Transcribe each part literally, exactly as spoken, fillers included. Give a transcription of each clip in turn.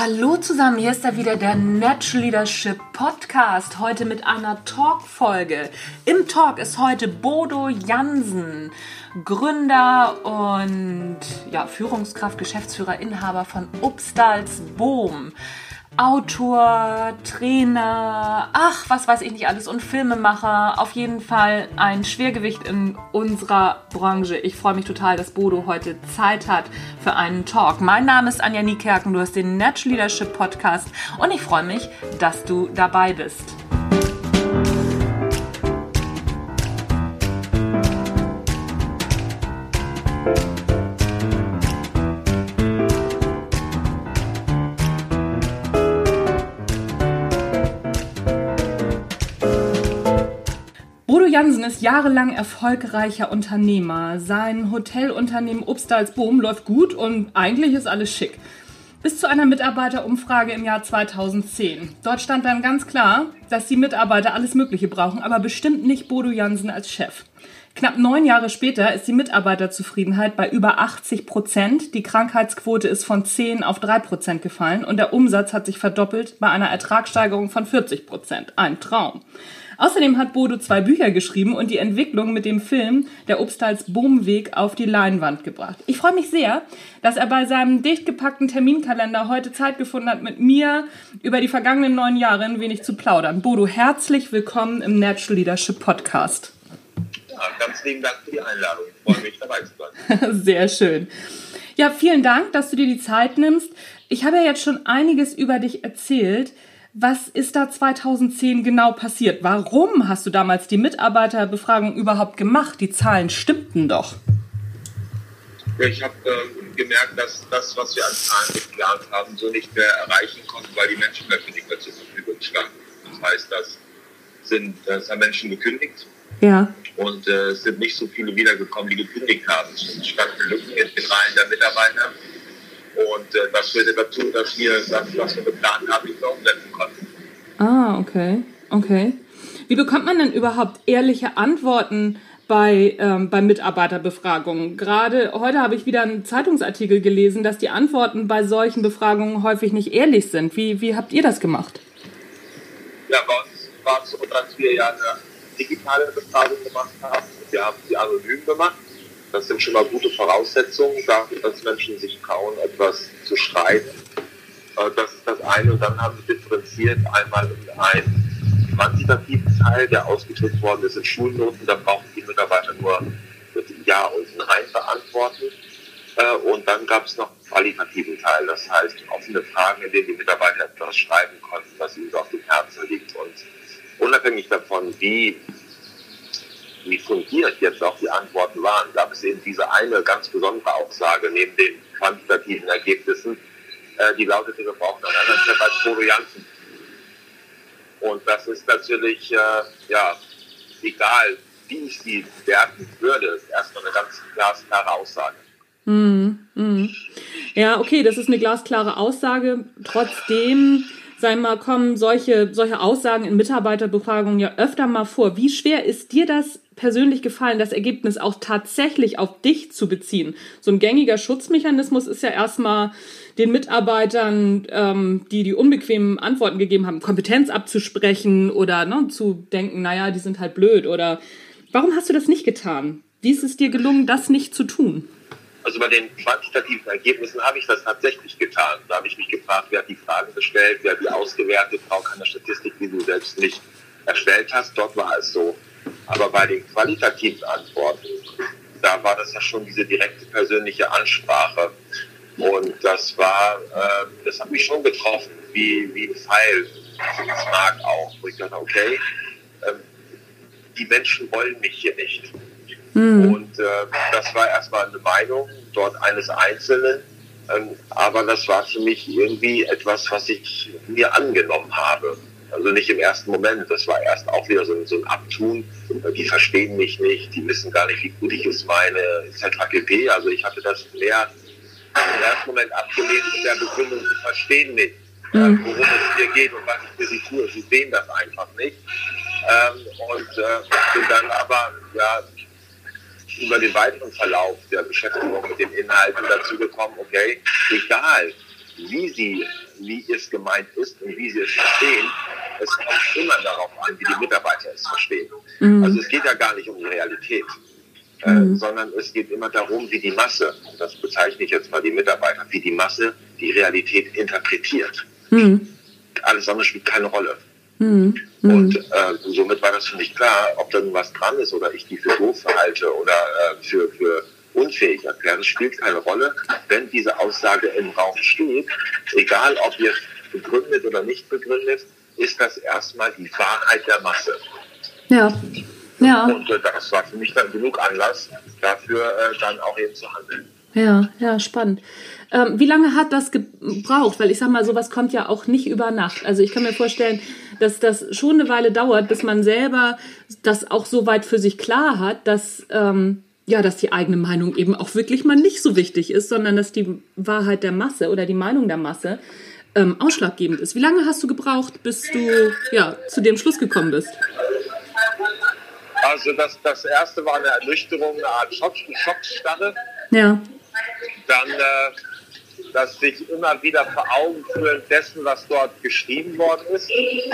Hallo zusammen, hier ist da wieder der Natural Leadership Podcast, heute mit einer Talk-Folge. Im Talk ist heute Bodo Jansen, Gründer und ja, Führungskraft, Geschäftsführer, Inhaber von Upstal's Boom. Autor, Trainer, ach, was weiß ich nicht alles und Filmemacher, auf jeden Fall ein Schwergewicht in unserer Branche. Ich freue mich total, dass Bodo heute Zeit hat für einen Talk. Mein Name ist Anja Niekerken, du hast den Natural Leadership Podcast und ich freue mich, dass du dabei bist. Bodo Jansen ist jahrelang erfolgreicher Unternehmer. Sein Hotelunternehmen Upstal's Boom läuft gut und eigentlich ist alles schick. Bis zu einer Mitarbeiterumfrage im Jahr zweitausendzehn. Dort stand dann ganz klar, dass die Mitarbeiter alles Mögliche brauchen, aber bestimmt nicht Bodo Jansen als Chef. Knapp neun Jahre später ist die Mitarbeiterzufriedenheit bei über achtzig Prozent. Die Krankheitsquote ist von zehn auf drei Prozent gefallen und der Umsatz hat sich verdoppelt bei einer Ertragssteigerung von vierzig Prozent. Ein Traum. Außerdem hat Bodo zwei Bücher geschrieben und die Entwicklung mit dem Film Der Upstal's Boom Weg auf die Leinwand gebracht. Ich freue mich sehr, dass er bei seinem dicht gepackten Terminkalender heute Zeit gefunden hat, mit mir über die vergangenen neun Jahre ein wenig zu plaudern. Bodo, herzlich willkommen im Natural Leadership Podcast. Ja, ganz lieben Dank für die Einladung. Ich freue mich, dabei zu sein. Sehr schön. Ja, vielen Dank, dass du dir die Zeit nimmst. Ich habe ja jetzt schon einiges über dich erzählt. Was ist da zweitausendzehn genau passiert? Warum hast du damals die Mitarbeiterbefragung überhaupt gemacht? Die Zahlen stimmten doch. Ja, ich habe äh, gemerkt, dass das, was wir an Zahlen geplant haben, so nicht mehr erreichen konnten, weil die Menschen dafür nicht mehr zur Verfügung standen. Das heißt, das sind, das haben Menschen gekündigt. Ja. Und äh, es sind nicht so viele wiedergekommen, die gekündigt haben. Es entstanden Lücken in den Reihen der Mitarbeiter. Und äh, das führte dazu, dass wir das, was wir geplant haben, nicht mehr umsetzen konnten. Ah, okay. Okay. Wie bekommt man denn überhaupt ehrliche Antworten bei, ähm, bei Mitarbeiterbefragungen? Gerade heute habe ich wieder einen Zeitungsartikel gelesen, dass die Antworten bei solchen Befragungen häufig nicht ehrlich sind. Wie, wie habt ihr das gemacht? Ja, bei uns war es so, dass wir ja eine digitale Befragung gemacht haben. Wir haben sie anonym gemacht. Das sind schon mal gute Voraussetzungen dafür, dass Menschen sich trauen, etwas zu schreiben. Das ist das eine. Und dann haben wir differenziert einmal in einen quantitativen Teil, der ausgedrückt worden ist in Schulnoten. Da brauchen die Mitarbeiter nur mit Ja und Nein beantworten. Und dann gab es noch einen qualitativen Teil. Das heißt, offene Fragen, in denen die Mitarbeiter etwas schreiben konnten, was ihnen so auf dem Herzen liegt. Und unabhängig davon, wie wie fundiert jetzt auch die Antworten waren, gab es eben diese eine ganz besondere Aussage neben den quantitativen Ergebnissen, äh, die lautete, wir brauchen einen anderen Chef als Bodo Jansen. Und das ist natürlich, äh, ja, egal, wie ich sie bewerten würde, ist erstmal eine ganz glasklare Aussage. Mm, mm. Ja, okay, das ist eine glasklare Aussage. Trotzdem, sagen wir mal, kommen solche, solche Aussagen in Mitarbeiterbefragungen ja öfter mal vor. Wie schwer ist dir das persönlich gefallen, das Ergebnis auch tatsächlich auf dich zu beziehen? So ein gängiger Schutzmechanismus ist ja erstmal den Mitarbeitern, ähm, die die unbequemen Antworten gegeben haben, Kompetenz abzusprechen oder ne, zu denken, naja, die sind halt blöd. Oder warum hast du das nicht getan? Wie ist es dir gelungen, das nicht zu tun? Also bei den quantitativen Ergebnissen habe ich das tatsächlich getan. Da habe ich mich gefragt, wer hat die Fragen gestellt, wer hat die ausgewertet, braucht keine Statistik, die du selbst nicht erstellt hast. Dort war es so. Aber bei den qualitativen Antworten, da war das ja schon diese direkte persönliche Ansprache. Und das war, äh, das hat mich schon getroffen, wie, wie ein Pfeil ins Mark auch. Wo ich dachte, okay, äh, die Menschen wollen mich hier nicht. Mhm. Und äh, das war erstmal eine Meinung dort eines Einzelnen. Ähm, aber das war für mich irgendwie etwas, was ich mir angenommen habe. Also nicht im ersten Moment, das war erst auch wieder so ein, so ein Abtun. Die verstehen mich nicht, die wissen gar nicht, wie gut ich es meine, et cetera pp. Also ich hatte das mehr im ersten Moment abgelehnt mit der Begründung, sie verstehen nicht, mhm. worum es hier geht und was ich für sie tue. Sie sehen das einfach nicht. Ähm, und äh, bin dann aber ja, über den weiteren Verlauf der Beschäftigung mit den Inhalten dazu gekommen, okay, egal wie sie, wie es gemeint ist und wie sie es verstehen, es kommt immer darauf an, wie die Mitarbeiter es verstehen. Mhm. Also es geht ja gar nicht um die Realität, mhm. äh, sondern es geht immer darum, wie die Masse, das bezeichne ich jetzt mal die Mitarbeiter, wie die Masse die Realität interpretiert. Mhm. Alles andere spielt keine Rolle. Mhm. Und äh, somit war das für mich klar, ob da nun was dran ist oder ich die für doof halte oder äh, für, für unfähig erklären, das spielt keine Rolle. Wenn diese Aussage im Raum steht, egal ob jetzt begründet oder nicht begründet, ist das erstmal die Wahrheit der Masse. Ja. Ja. Und äh, das war für mich dann genug Anlass, dafür äh, dann auch eben zu handeln. Ja, ja, spannend. Ähm, wie lange hat das gebraucht? Weil ich sag mal, sowas kommt ja auch nicht über Nacht. Also ich kann mir vorstellen, dass das schon eine Weile dauert, bis man selber das auch so weit für sich klar hat, dass, ähm, ja, dass die eigene Meinung eben auch wirklich mal nicht so wichtig ist, sondern dass die Wahrheit der Masse oder die Meinung der Masse ähm, ausschlaggebend ist. Wie lange hast du gebraucht, bis du ja, zu dem Schluss gekommen bist? Also das, das erste war eine Ernüchterung, eine Art Schock, Schockstarre. Ja. Dann äh, das sich immer wieder vor Augen führen dessen, was dort geschrieben worden ist.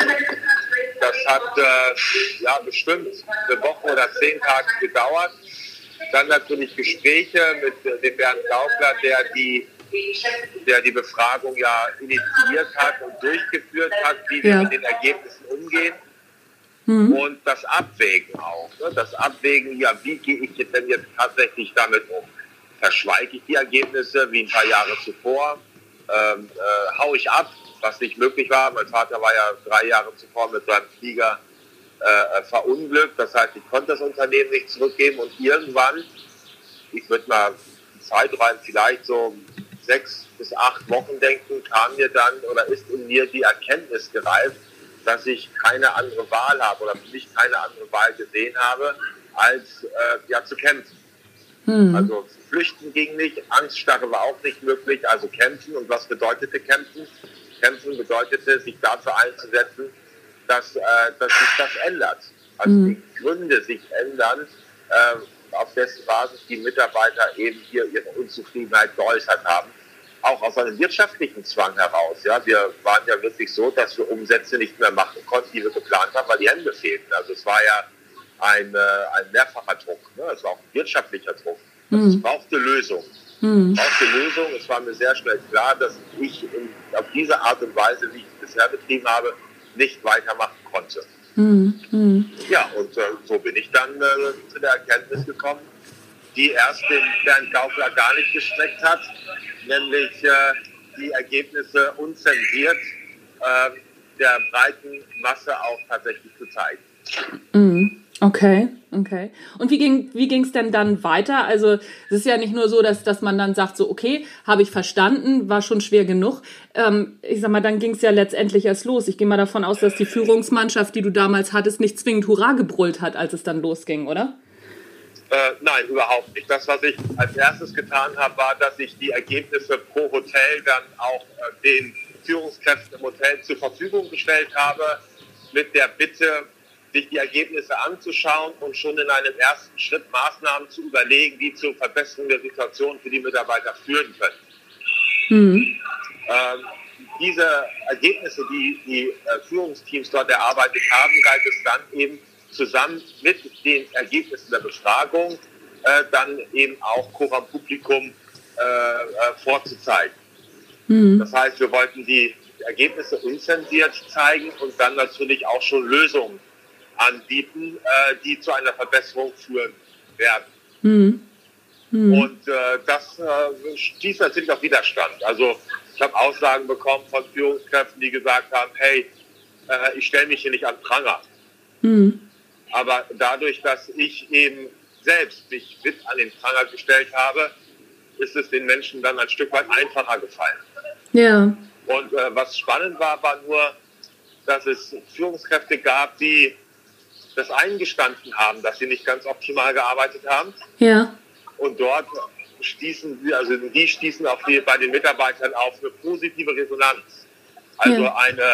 Das hat äh, ja bestimmt eine Woche oder zehn Tage gedauert. Dann natürlich Gespräche mit äh, dem Bernd Gaukler, der die, der die Befragung ja initiiert hat und durchgeführt hat, wie wir ja. mit den Ergebnissen umgehen. Mhm. Und das Abwägen auch. Ne? Das Abwägen, ja, wie gehe ich denn jetzt tatsächlich damit um? Verschweige ich die Ergebnisse wie ein paar Jahre zuvor? Ähm, äh, hau ich ab, was nicht möglich war. Mein Vater war ja drei Jahre zuvor mit seinem Flieger äh, verunglückt. Das heißt, ich konnte das Unternehmen nicht zurückgeben. Und irgendwann, ich würde mal Zeitraum vielleicht so sechs bis acht Wochen denken, kam mir dann oder ist in mir die Erkenntnis gereift, dass ich keine andere Wahl habe oder für mich keine andere Wahl gesehen habe, als äh, ja zu kämpfen. Hm. Also flüchten ging nicht, Angststarre war auch nicht möglich, also kämpfen. Und was bedeutete kämpfen? Kämpfen bedeutete, sich dafür einzusetzen, dass, äh, dass sich das ändert. Also hm. die Gründe sich ändern, äh, auf dessen Basis die Mitarbeiter eben hier ihre Unzufriedenheit geäußert haben. Auch aus einem wirtschaftlichen Zwang heraus. Ja, wir waren ja wirklich so, dass wir Umsätze nicht mehr machen konnten, die wir geplant haben, weil die Hände fehlten. Also es war ja ein, äh, ein mehrfacher Druck. Ne? Es war auch ein wirtschaftlicher Druck. Also es brauchte Lösung. Mhm. Es brauchte Lösung. Es war mir sehr schnell klar, dass ich in, auf diese Art und Weise, wie ich es bisher betrieben habe, nicht weitermachen konnte. Mhm. Ja, und äh, so bin ich dann äh, zu der Erkenntnis gekommen, die erst den Bernd Gaukler gar nicht geschmeckt hat, nämlich äh, die Ergebnisse unzensiert äh, der breiten Masse auch tatsächlich zu zeigen. Mhm. Okay, okay. Und wie ging wie ging's denn dann weiter? Also es ist ja nicht nur so, dass dass man dann sagt, so okay, habe ich verstanden, war schon schwer genug. Ähm, ich sag mal, dann ging's ja letztendlich erst los. Ich gehe mal davon aus, dass die Führungsmannschaft, die du damals hattest, nicht zwingend Hurra gebrüllt hat, als es dann losging, oder? Äh, nein, überhaupt nicht. Das, was ich als erstes getan habe, war, dass ich die Ergebnisse pro Hotel dann auch äh, den Führungskräften im Hotel zur Verfügung gestellt habe, mit der Bitte, sich die Ergebnisse anzuschauen und schon in einem ersten Schritt Maßnahmen zu überlegen, die zur Verbesserung der Situation für die Mitarbeiter führen können. Mhm. Ähm, diese Ergebnisse, die die äh, Führungsteams dort erarbeitet haben, galt es dann eben zusammen mit den Ergebnissen der Befragung äh, dann eben auch Coram Publicum äh, äh, vorzuzeigen. Mhm. Das heißt, wir wollten die Ergebnisse unzensiert zeigen und dann natürlich auch schon Lösungen anbieten, äh, die zu einer Verbesserung führen werden. Mhm. Mhm. Und äh, das äh, stieß natürlich auf Widerstand. Also ich habe Aussagen bekommen von Führungskräften, die gesagt haben, hey, äh, ich stelle mich hier nicht an Pranger. Mhm. Aber dadurch, dass ich eben selbst mich mit an den Pranger gestellt habe, ist es den Menschen dann ein Stück weit einfacher gefallen. Ja. Und äh, was spannend war, war nur, dass es Führungskräfte gab, die das eingestanden haben, dass sie nicht ganz optimal gearbeitet haben. Ja. Und dort stießen sie, also die stießen auf die, bei den Mitarbeitern auf eine positive Resonanz. Also ja. eine,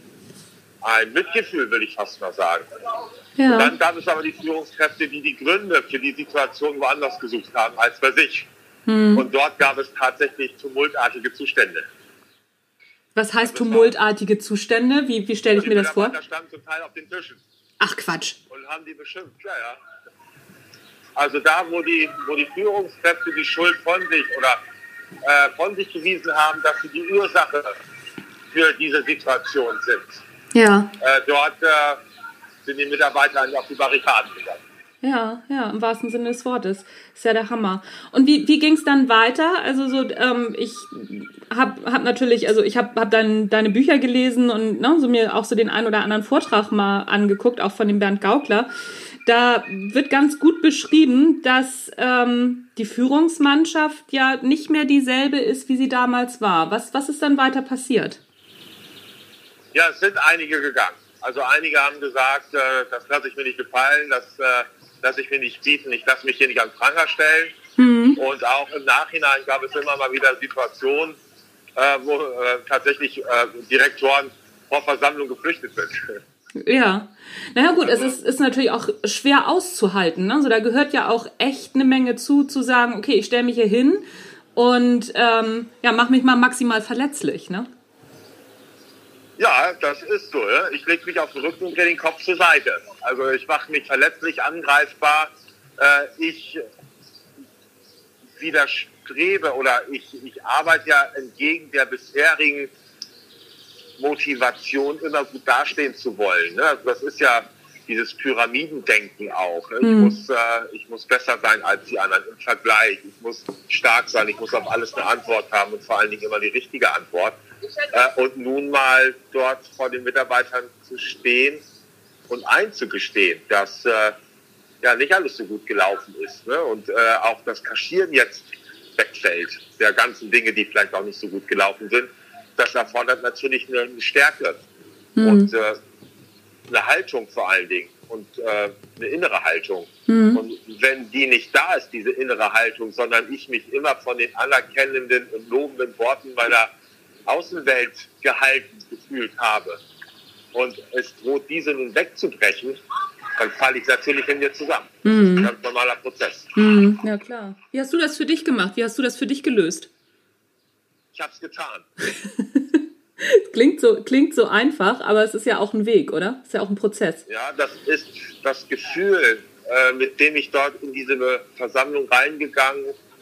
ein Mitgefühl, will ich fast mal sagen. Ja. Und dann gab es aber die Führungskräfte, die die Gründe für die Situation woanders gesucht haben als bei sich. Hm. Und dort gab es tatsächlich tumultartige Zustände. Was heißt tumultartige Zustände? Wie, wie stelle ich mir das vor? Die standen zum Teil auf den Tischen. Ach Quatsch. Und haben die beschimpft, ja, ja. Also da, wo die, wo die Führungskräfte die Schuld von sich oder äh, von sich gewiesen haben, dass sie die Ursache für diese Situation sind. Ja. Äh, dort äh, sind die Mitarbeiter auf die Barrikaden gegangen. Ja, ja, im wahrsten Sinne des Wortes. Ist ja der Hammer. Und wie, wie ging es dann weiter? Also so, ähm, ich habe hab natürlich, also ich habe hab dann deine Bücher gelesen und ne, so mir auch so den einen oder anderen Vortrag mal angeguckt, auch von dem Bernd Gaukler. Da wird ganz gut beschrieben, dass ähm, die Führungsmannschaft ja nicht mehr dieselbe ist, wie sie damals war. Was, was ist dann weiter passiert? Ja, es sind einige gegangen. Also einige haben gesagt, äh, das lasse ich mir nicht gefallen, das äh, lasse ich mir nicht bieten, ich lasse mich hier nicht an den Pranger stellen. Mhm. Und auch im Nachhinein gab es immer mal wieder Situationen, äh, wo äh, tatsächlich äh, Direktoren vor Versammlung geflüchtet sind. Ja, naja gut, also, es ist, ist natürlich auch schwer auszuhalten. Ne? Also da gehört ja auch echt eine Menge zu, zu sagen, okay, ich stelle mich hier hin und ähm, ja, mach mich mal maximal verletzlich, ne? Ja, das ist so. Ja? Ich lege mich auf den Rücken und drehe den Kopf zur Seite. Also ich mache mich verletzlich, angreifbar. Äh, ich widerstrebe oder ich, ich arbeite ja entgegen der bisherigen Motivation, immer gut dastehen zu wollen. Ne? Also das ist ja dieses Pyramidendenken auch. Ne? Ich, mhm. muss, äh, ich muss besser sein als die anderen im Vergleich. Ich muss stark sein, ich muss auf alles eine Antwort haben und vor allen Dingen immer die richtige Antwort. Äh, und nun mal dort vor den Mitarbeitern zu stehen und einzugestehen, dass äh, ja nicht alles so gut gelaufen ist. Ne? Und äh, auch das Kaschieren jetzt wegfällt, der ganzen Dinge, die vielleicht auch nicht so gut gelaufen sind. Das erfordert natürlich eine, eine Stärke mhm. und äh, eine Haltung vor allen Dingen und äh, eine innere Haltung. Mhm. Und wenn die nicht da ist, diese innere Haltung, sondern ich mich immer von den anerkennenden und lobenden Worten meiner Außenwelt gehalten gefühlt habe und es droht, diese nun wegzubrechen, dann falle ich natürlich in mir zusammen. Mhm. Das ist ein ganz normaler Prozess. Mhm. Ja, klar. Wie hast du das für dich gemacht? Wie hast du das für dich gelöst? Ich habe es getan. klingt so, klingt so einfach, aber es ist ja auch ein Weg, oder? Ist ja auch ein Prozess. Ja, das ist das Gefühl, äh, mit dem ich dort in diese Versammlung reingegangen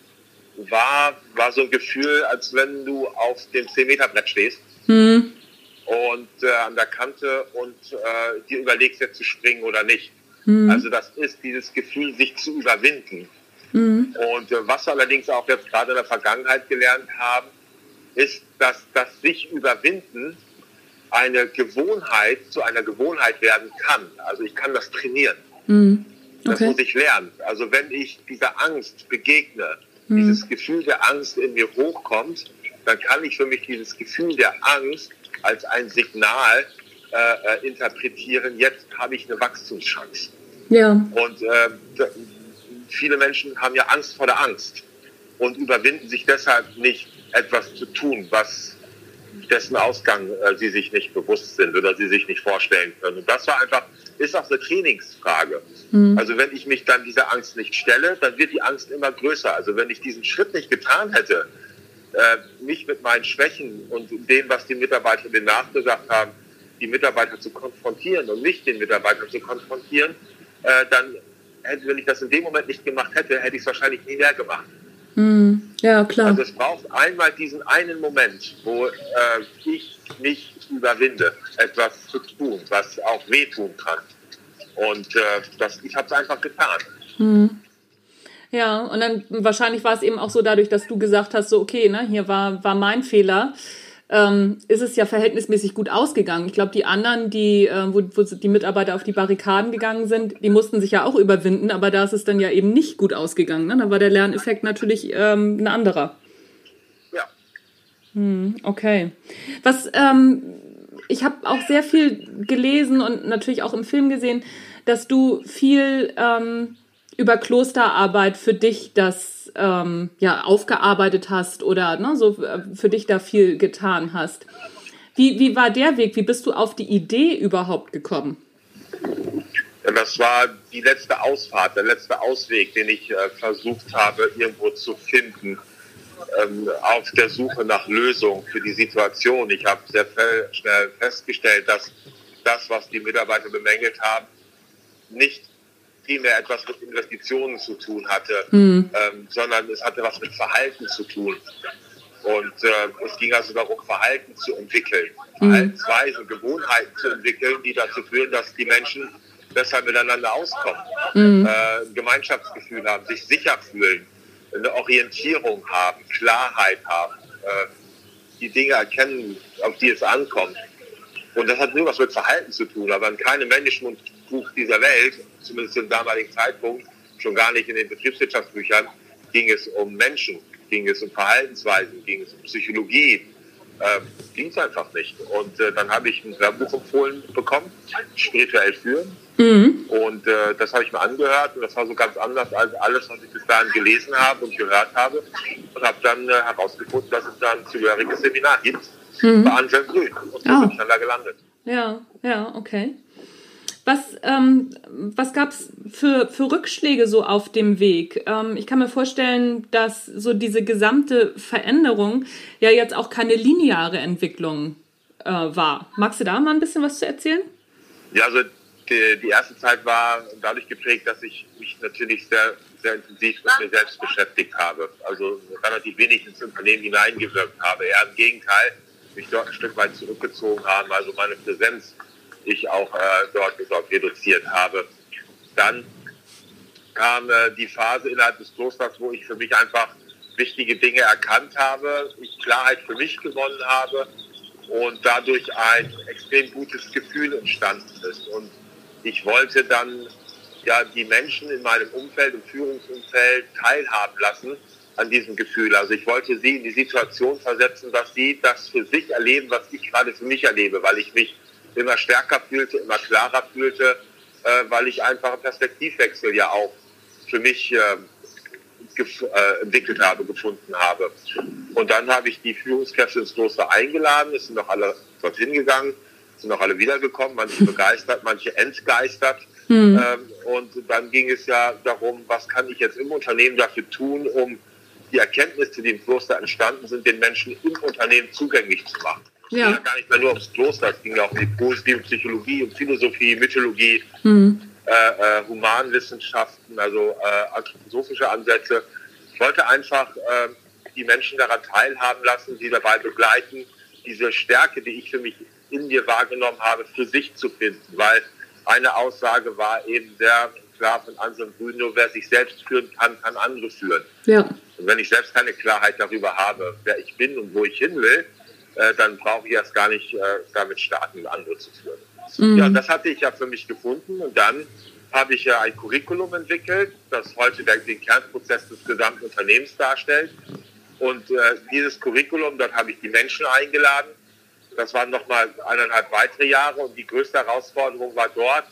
war, war so ein Gefühl, als wenn du auf dem zehn-Meter-Brett stehst mhm. und äh, an der Kante und äh, dir überlegst, jetzt zu springen oder nicht. Mhm. Also das ist dieses Gefühl, sich zu überwinden. Mhm. Und äh, was wir allerdings auch jetzt gerade in der Vergangenheit gelernt haben, ist, dass das sich überwinden eine Gewohnheit zu einer Gewohnheit werden kann. Also ich kann das trainieren. Mhm. Okay. Das muss ich lernen. Also wenn ich dieser Angst begegne, mhm. dieses Gefühl der Angst in mir hochkommt, dann kann ich für mich dieses Gefühl der Angst als ein Signal äh, interpretieren, jetzt habe ich eine Wachstumschance. Ja. Und äh, viele Menschen haben ja Angst vor der Angst und überwinden sich deshalb nicht, etwas zu tun, was dessen Ausgang äh, sie sich nicht bewusst sind oder sie sich nicht vorstellen können. Und das war einfach, ist auch eine Trainingsfrage. Mhm. Also wenn ich mich dann dieser Angst nicht stelle, dann wird die Angst immer größer. Also wenn ich diesen Schritt nicht getan hätte, äh, mich mit meinen Schwächen und dem, was die Mitarbeiter mir nachgesagt haben, die Mitarbeiter zu konfrontieren und nicht den Mitarbeiter zu konfrontieren, äh, dann hätte, wenn ich das in dem Moment nicht gemacht hätte, hätte ich es wahrscheinlich nie mehr gemacht. Mhm. Ja, klar. Also es braucht einmal diesen einen Moment, wo äh, ich mich überwinde, etwas zu tun, was auch wehtun kann. Und äh, das, ich habe es einfach getan. Mhm. Ja, und dann wahrscheinlich war es eben auch so dadurch, dass du gesagt hast, so okay, ne, hier war, war mein Fehler, ähm, ist es ja verhältnismäßig gut ausgegangen. Ich glaube, die anderen, die, äh, wo, wo die Mitarbeiter auf die Barrikaden gegangen sind, die mussten sich ja auch überwinden, aber da ist es dann ja eben nicht gut ausgegangen. Ne? Da war der Lerneffekt natürlich ähm, ein anderer. Ja. Hm, okay. Was, ähm, ich habe auch sehr viel gelesen und natürlich auch im Film gesehen, dass du viel ähm, über Klosterarbeit für dich das ähm, ja aufgearbeitet hast oder ne, so für dich da viel getan hast. Wie, wie war der Weg? Wie bist du auf die Idee überhaupt gekommen? Ja, das war die letzte Ausfahrt, der letzte Ausweg, den ich äh, versucht habe, irgendwo zu finden. ähm, auf der Suche nach Lösung für die Situation. Ich habe sehr schnell festgestellt, dass das, was die Mitarbeiter bemängelt haben, nicht primär etwas mit Investitionen zu tun hatte, mhm. ähm, sondern es hatte was mit Verhalten zu tun. Und äh, es ging also darum, Verhalten zu entwickeln, mhm. Verhaltensweisen, Gewohnheiten zu entwickeln, die dazu führen, dass die Menschen besser miteinander auskommen, mhm. äh, ein Gemeinschaftsgefühl haben, sich sicher fühlen, eine Orientierung haben, Klarheit haben, äh, die Dinge erkennen, auf die es ankommt. Und das hat nur was mit Verhalten zu tun, aber in keinem Managementbuch dieser Welt, zumindest zum damaligen Zeitpunkt, schon gar nicht in den Betriebswirtschaftsbüchern, ging es um Menschen, ging es um Verhaltensweisen, ging es um Psychologie, äh, ging es einfach nicht. Und äh, dann habe ich ein Hörbuch empfohlen bekommen, Spirituell führen. Mhm. Und äh, das habe ich mir angehört und das war so ganz anders als alles, was ich bis dahin gelesen habe und gehört habe. Und habe dann äh, herausgefunden, dass es da ein zugehöriges Seminar gibt mhm. bei Anselm Grün. Und so oh. bin ich dann da gelandet. Ja, ja, okay. Was, ähm, was gab es für, für Rückschläge so auf dem Weg? Ähm, ich kann mir vorstellen, dass so diese gesamte Veränderung ja jetzt auch keine lineare Entwicklung äh, war. Magst du da mal ein bisschen was zu erzählen? Ja, also die, die erste Zeit war dadurch geprägt, dass ich mich natürlich sehr, sehr intensiv mit mir selbst beschäftigt habe. Also relativ wenig ins Unternehmen hineingewirkt habe. Eher im Gegenteil, mich dort ein Stück weit zurückgezogen haben, also meine Präsenz ich auch äh, dort, dort reduziert habe. Dann kam äh, die Phase innerhalb des Klosters, wo ich für mich einfach wichtige Dinge erkannt habe, ich Klarheit für mich gewonnen habe und dadurch ein extrem gutes Gefühl entstanden ist. Und ich wollte dann ja die Menschen in meinem Umfeld, im Führungsumfeld teilhaben lassen an diesem Gefühl. Also ich wollte sie in die Situation versetzen, dass sie das für sich erleben, was ich gerade für mich erlebe, weil ich mich immer stärker fühlte, immer klarer fühlte, äh, weil ich einfach einen Perspektivwechsel ja auch für mich äh, gef- äh, entwickelt habe, gefunden habe. Und dann habe ich die Führungskräfte ins Kloster eingeladen, es sind noch alle dorthin gegangen, sind noch alle wiedergekommen, manche begeistert, manche entgeistert. Mhm. Ähm, und dann ging es ja darum, was kann ich jetzt im Unternehmen dafür tun, um die Erkenntnisse, die im Kloster entstanden sind, den Menschen im Unternehmen zugänglich zu machen. Es ja. ging ja gar nicht mehr nur ums Kloster, es ging ja auch um die positive Psychologie, um Philosophie, Mythologie, mhm. äh, äh, Humanwissenschaften, also äh, anthroposophische Ansätze. Ich wollte einfach äh, die Menschen daran teilhaben lassen, sie dabei begleiten, diese Stärke, die ich für mich in mir wahrgenommen habe, für sich zu finden. Weil eine Aussage war eben sehr klar von Anselm Grün, nur wer sich selbst führen kann, kann andere führen. Ja. Und wenn ich selbst keine Klarheit darüber habe, wer ich bin und wo ich hin will, dann brauche ich erst gar nicht äh, damit starten, andere zu führen. Mhm. Ja, das hatte ich ja für mich gefunden und dann habe ich ja ein Curriculum entwickelt, das heute der, den Kernprozess des gesamten Unternehmens darstellt. Und äh, dieses Curriculum, dort habe ich die Menschen eingeladen. Das waren nochmal eineinhalb weitere Jahre und die größte Herausforderung war dort,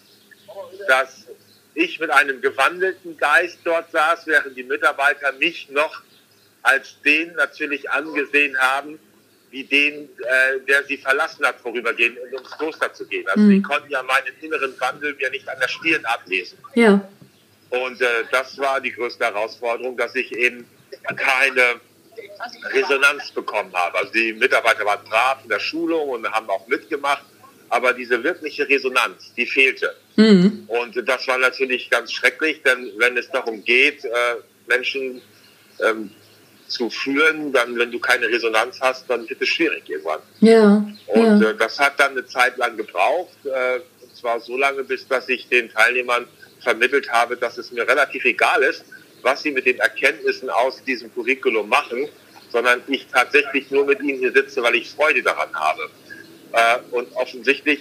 dass ich mit einem gewandelten Geist dort saß, während die Mitarbeiter mich noch als den natürlich angesehen haben, wie den, äh, der sie verlassen hat, vorübergehend, um ins Kloster zu gehen. Also mhm. sie konnten ja meinen inneren Wandel mir nicht an der Stirn ablesen. Ja. Und äh, das war die größte Herausforderung, dass ich eben keine Resonanz bekommen habe. Also die Mitarbeiter waren brav in der Schulung und haben auch mitgemacht, aber diese wirkliche Resonanz, die fehlte. Mhm. Und das war natürlich ganz schrecklich, denn wenn es darum geht, äh, Menschen ähm, zu führen, dann, wenn du keine Resonanz hast, dann wird es schwierig irgendwann. Ja. Und ja. Äh, das hat dann eine Zeit lang gebraucht, äh, und zwar so lange, bis dass ich den Teilnehmern vermittelt habe, dass es mir relativ egal ist, was sie mit den Erkenntnissen aus diesem Curriculum machen, sondern ich tatsächlich nur mit ihnen hier sitze, weil ich Freude daran habe. Äh, und offensichtlich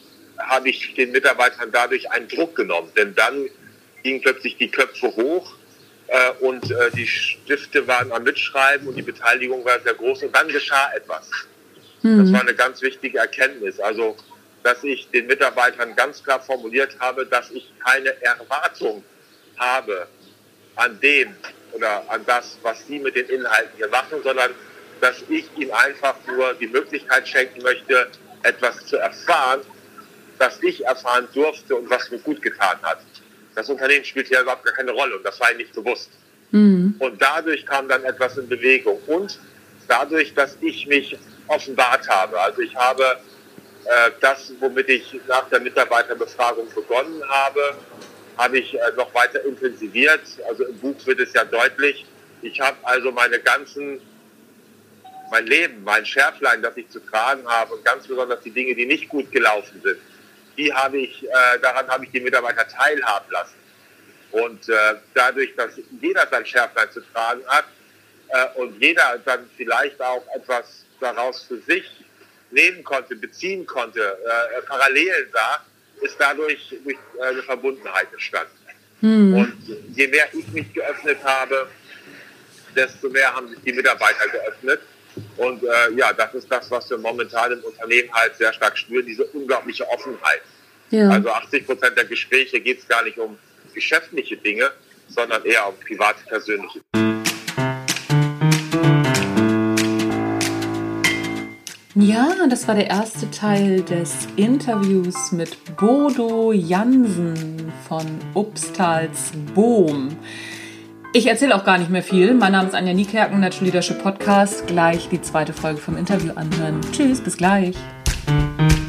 habe ich den Mitarbeitern dadurch einen Druck genommen, denn dann gingen plötzlich die Köpfe hoch, Äh, und äh, die Stifte waren am Mitschreiben und die Beteiligung war sehr groß und dann geschah etwas. Mhm. Das war eine ganz wichtige Erkenntnis. Also, dass ich den Mitarbeitern ganz klar formuliert habe, dass ich keine Erwartung habe an dem oder an das, was sie mit den Inhalten hier machen, sondern dass ich ihnen einfach nur die Möglichkeit schenken möchte, etwas zu erfahren, das ich erfahren durfte und was mir gut getan hat. Das Unternehmen spielt hier überhaupt gar keine Rolle und das war ihm nicht bewusst. Mhm. Und dadurch kam dann etwas in Bewegung. Und dadurch, dass ich mich offenbart habe. Also ich habe äh, das, womit ich nach der Mitarbeiterbefragung begonnen habe, habe ich äh, noch weiter intensiviert. Also im Buch wird es ja deutlich. Ich habe also meine ganzen, mein Leben, mein Schärflein, das ich zu tragen habe und ganz besonders die Dinge, die nicht gut gelaufen sind, die habe ich, äh, daran habe ich die Mitarbeiter teilhaben lassen. Und äh, dadurch, dass jeder sein Schärflein zu tragen hat äh, und jeder dann vielleicht auch etwas daraus für sich nehmen konnte, beziehen konnte, äh, Parallelen sah, ist dadurch durch, äh, eine Verbundenheit entstanden. Hm. Und je mehr ich mich geöffnet habe, desto mehr haben sich die Mitarbeiter geöffnet. Und äh, ja, das ist das, was wir momentan im Unternehmen halt sehr stark spüren, diese unglaubliche Offenheit. Ja. Also achtzig Prozent der Gespräche geht es gar nicht um geschäftliche Dinge, sondern eher um private, persönliche. Ja, das war der erste Teil des Interviews mit Bodo Jansen von Upstals Boom. Ich erzähle auch gar nicht mehr viel. Mein Name ist Anja Niekerken, Natural Leadership Podcast. Gleich die zweite Folge vom Interview anhören. Tschüss, bis gleich.